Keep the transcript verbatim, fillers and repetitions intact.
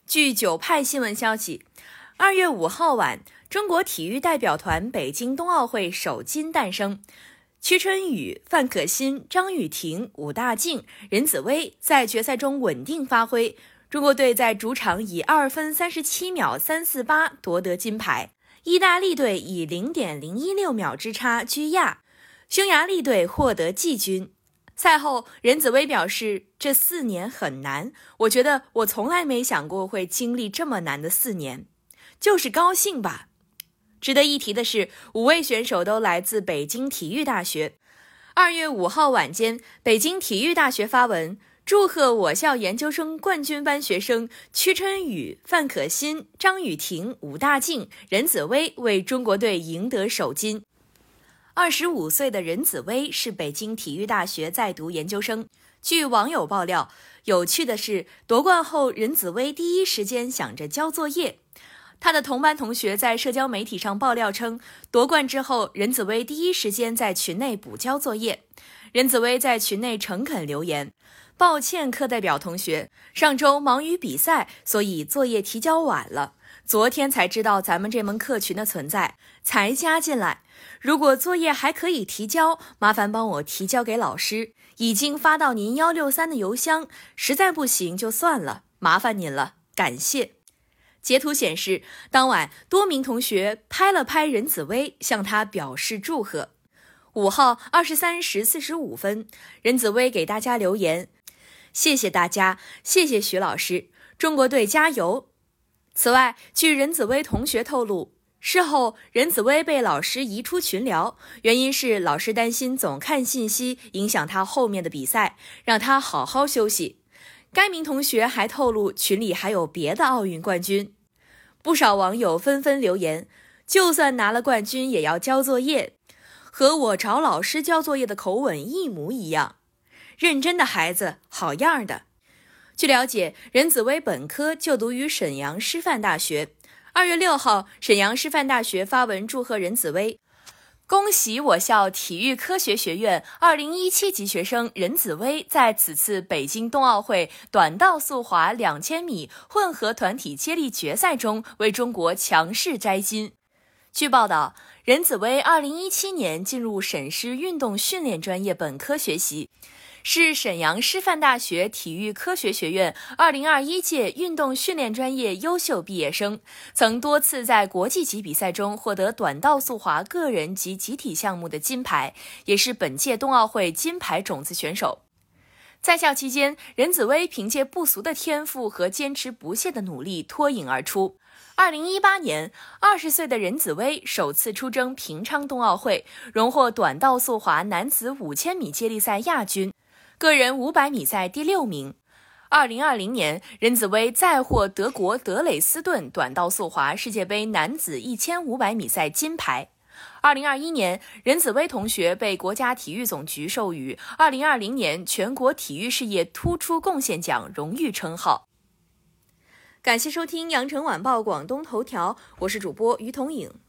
据九派新闻消息，二月五号晚，中国体育代表团北京冬奥会首金诞生。屈春雨、范可新、张雨婷、武大靖、任子威在决赛中稳定发挥，中国队在主场以二分三十七秒三四八夺得金牌，意大利队以 零点零一六秒之差居亚，匈牙利队获得季军。赛后，任子威表示，这四年很难，我觉得我从来没想过会经历这么难的四年，就是高兴吧。值得一提的是，五位选手都来自北京体育大学。二月五号晚间，北京体育大学发文，祝贺我校研究生冠军班学生屈春雨、范可新、张雨婷、武大靖、任子威为中国队赢得首金。二十五岁的任子威是北京体育大学在读研究生。据网友爆料，有趣的是，夺冠后任子威第一时间想着交作业。他的同班同学在社交媒体上爆料称，夺冠之后，任子威第一时间在群内补交作业。任子威在群内诚恳留言：抱歉课代表同学，上周忙于比赛，所以作业提交晚了。昨天才知道咱们这门课群的存在，才加进来。如果作业还可以提交，麻烦帮我提交给老师，已经发到您一六三的邮箱，实在不行就算了，麻烦您了，感谢。截图显示，当晚多名同学拍了拍任子威，向他表示祝贺。五号二十三时四十五分，任子威给大家留言：谢谢大家，谢谢徐老师，中国队加油。此外，据任子威同学透露，事后任子威被老师移出群聊，原因是老师担心总看信息影响他后面的比赛，让他好好休息。该名同学还透露，群里还有别的奥运冠军。不少网友纷纷留言，就算拿了冠军也要交作业，和我找老师交作业的口吻一模一样。认真的孩子，好样的。据了解，任子威本科就读于沈阳师范大学。二月六号，沈阳师范大学发文祝贺任子威，恭喜我校体育科学学院二零一七级学生任子威在此次北京冬奥会短道速滑两千米混合团体接力决赛中为中国强势摘金。据报道，任子威二零一七年进入沈师运动训练专业本科学习，是沈阳师范大学体育科学学院二零二一届运动训练专业优秀毕业生，曾多次在国际级比赛中获得短道速滑个人及集体项目的金牌，也是本届冬奥会金牌种子选手。在校期间，任子威凭借不俗的天赋和坚持不懈的努力脱颖而出。二零一八年，二十岁的任子威首次出征平昌冬奥会，荣获短道速滑男子五千米接力赛亚军，个人五百米赛第六名。二零二零年，任子威再获德国德累斯顿短道速滑世界杯男子一千五百米赛金牌。二零二一年，任子威同学被国家体育总局授予二零二零年全国体育事业突出贡献奖荣誉称号。感谢收听羊城晚报广东头条，我是主播于彤颖。